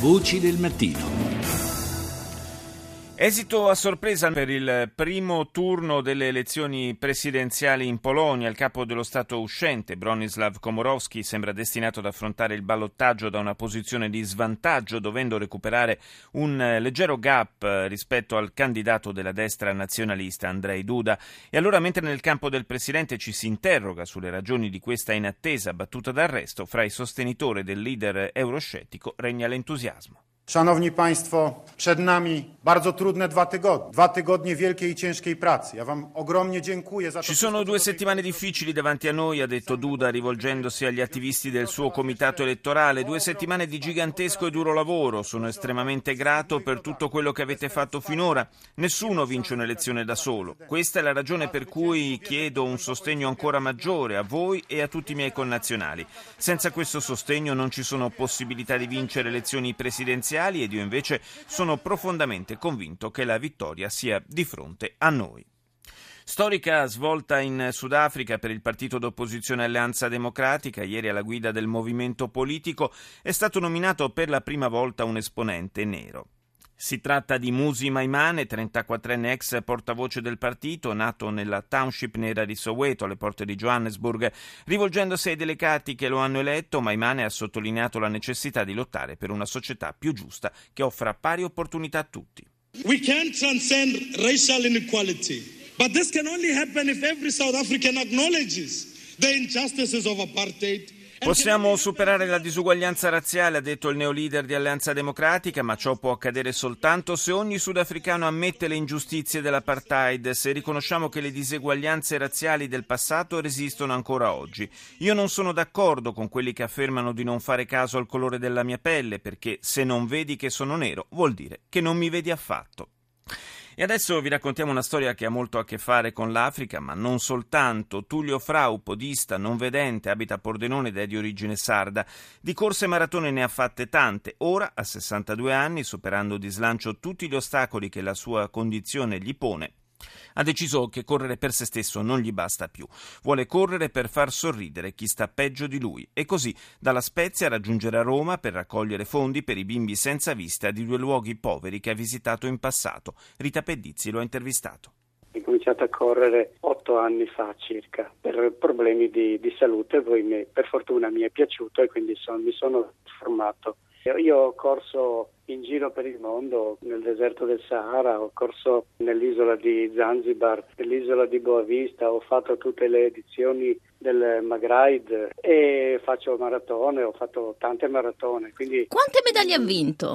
Voci del mattino. Esito a sorpresa per il primo turno delle elezioni presidenziali in Polonia. Il capo dello Stato uscente, Bronisław Komorowski, sembra destinato ad affrontare il ballottaggio da una posizione di svantaggio, dovendo recuperare un leggero gap rispetto al candidato della destra nazionalista Andrzej Duda. E allora, mentre nel campo del presidente ci si interroga sulle ragioni di questa inattesa battuta d'arresto, fra i sostenitori del leader euroscettico regna l'entusiasmo. Szanowni Państwo, przed nami bardzo trudne 2 tygodnie. 2 tygodnie wielkiej i ciężkiej pracy. Ja wam ogromnie dziękuję za to. Ci sono 2 settimane difficili davanti a noi, ha detto Duda rivolgendosi agli attivisti del suo comitato elettorale. 2 settimane di gigantesco e duro lavoro. Sono estremamente grato per tutto quello che avete fatto finora. Nessuno vince un'elezione da solo. Questa è la ragione per cui chiedo un sostegno ancora maggiore a voi e a tutti i miei connazionali. Senza questo sostegno non ci sono possibilità di vincere elezioni presidenziali ed io invece sono profondamente convinto che la vittoria sia di fronte a noi. Storica svolta in Sudafrica per il partito d'opposizione Alleanza Democratica. Ieri alla guida del movimento politico è stato nominato per la prima volta un esponente nero. Si tratta di Mmusi Maimane, 34enne ex portavoce del partito, nato nella township nera di Soweto, alle porte di Johannesburg. Rivolgendosi ai delegati che lo hanno eletto, Maimane ha sottolineato la necessità di lottare per una società più giusta che offra pari opportunità a tutti. We can transcend racial inequality, but this can only happen if every South African acknowledges the injustices of apartheid. Possiamo superare la disuguaglianza razziale, ha detto il neoleader di Alleanza Democratica, ma ciò può accadere soltanto se ogni sudafricano ammette le ingiustizie dell'apartheid, se riconosciamo che le diseguaglianze razziali del passato resistono ancora oggi. Io non sono d'accordo con quelli che affermano di non fare caso al colore della mia pelle, perché se non vedi che sono nero vuol dire che non mi vedi affatto. E adesso vi raccontiamo una storia che ha molto a che fare con l'Africa, ma non soltanto. Tullio Frau, podista, non vedente, abita a Pordenone ed è di origine sarda. Di corse maratone ne ha fatte tante. Ora, a 62 anni, superando di slancio tutti gli ostacoli che la sua condizione gli pone, ha deciso che correre per se stesso non gli basta più. Vuole correre per far sorridere chi sta peggio di lui e così dalla Spezia raggiungerà Roma per raccogliere fondi per i bimbi senza vista di 2 luoghi poveri che ha visitato in passato. Rita Pedizzi lo ha intervistato. Ho cominciato a correre 8 anni fa circa per problemi di salute, poi per fortuna mi è piaciuto e quindi mi sono formato. Io ho corso in giro per il mondo, nel deserto del Sahara, ho corso nell'isola di Zanzibar, nell'isola di Boavista, ho fatto tutte le edizioni del Magride e faccio maratone, ho fatto tante maratone. Quindi... Quante medaglie ha vinto?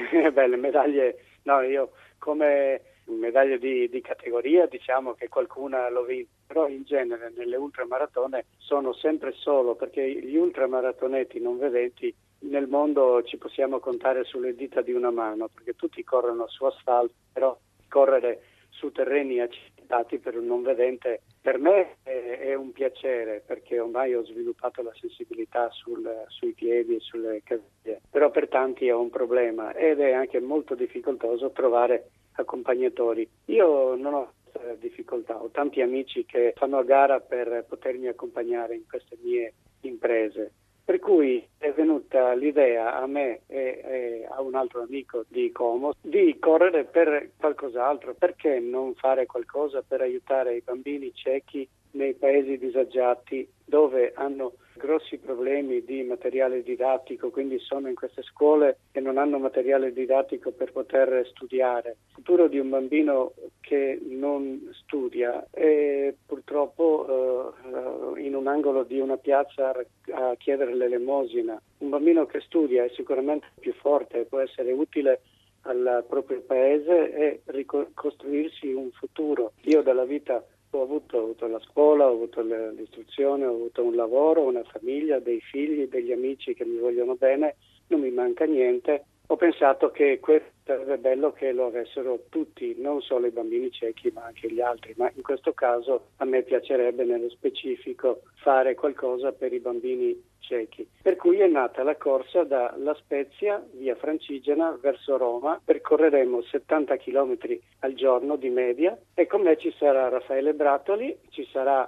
Le medaglie, no, io come medaglia di categoria diciamo che qualcuna l'ho vinta, però in genere nelle ultramaratone sono sempre solo, perché gli ultramaratonetti non vedenti nel mondo ci possiamo contare sulle dita di una mano, perché tutti corrono su asfalto, però correre su terreni accidentati per un non vedente per me è un piacere, perché ormai ho sviluppato la sensibilità sui piedi e sulle caviglie, però per tanti è un problema ed è anche molto difficoltoso trovare accompagnatori. Io non ho questa difficoltà, ho tanti amici che fanno a gara per potermi accompagnare in queste mie imprese. Per cui è venuta l'idea a me e a un altro amico di Como di correre per qualcos'altro. Perché non fare qualcosa per aiutare i bambini ciechi nei paesi disagiati dove hanno grossi problemi di materiale didattico, quindi sono in queste scuole e non hanno materiale didattico per poter studiare. Il futuro di un bambino che non studia è purtroppo in un angolo di una piazza a chiedere l'elemosina. Un bambino che studia è sicuramente più forte, può essere utile al proprio paese e ricostruirsi un futuro. Io dalla vita ho avuto la scuola, ho avuto l'istruzione, ho avuto un lavoro, una famiglia, dei figli, degli amici che mi vogliono bene, non mi manca niente. Ho pensato che questo sarebbe bello che lo avessero tutti, non solo i bambini ciechi ma anche gli altri, ma in questo caso a me piacerebbe nello specifico fare qualcosa per i bambini ciechi. Per cui è nata la corsa da La Spezia, via Francigena, verso Roma. Percorreremo 70 chilometri al giorno di media e con me ci sarà Raffaele Brattoli, ci sarà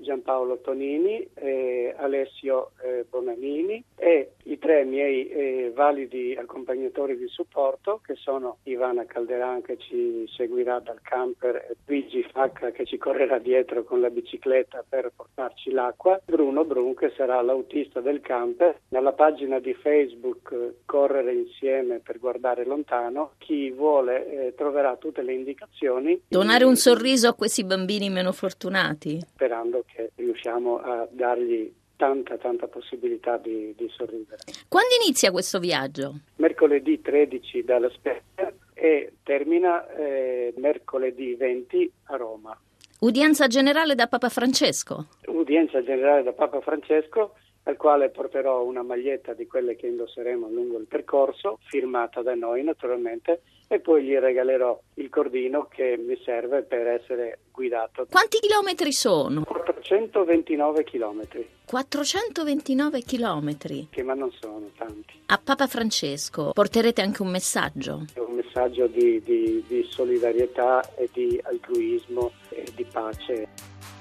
Giampaolo Tonini, Alessio Bonanini e i 3 miei validi accompagnatori di supporto, che sono Ivana Calderan, che ci seguirà dal camper, e Luigi Facca, che ci correrà dietro con la bicicletta per portarci l'acqua, Bruno Brun, che sarà l'autista del camper. Nella pagina di Facebook Correre Insieme per guardare lontano, chi vuole troverà tutte le indicazioni. Donare un sorriso a questi bambini meno fortunati, sperando che riusciamo a dargli tanta possibilità di sorridere. Quando inizia questo viaggio? Mercoledì 13 dalla Spezia e termina mercoledì 20 a Roma. Udienza generale da Papa Francesco? Udienza generale da Papa Francesco, al quale porterò una maglietta di quelle che indosseremo lungo il percorso, firmata da noi naturalmente, e poi gli regalerò il cordino che mi serve per essere guidato. Quanti chilometri sono? 429 chilometri. 429 chilometri? Che ma non sono tanti. A Papa Francesco porterete anche un messaggio? Un messaggio di solidarietà e di altruismo e di pace.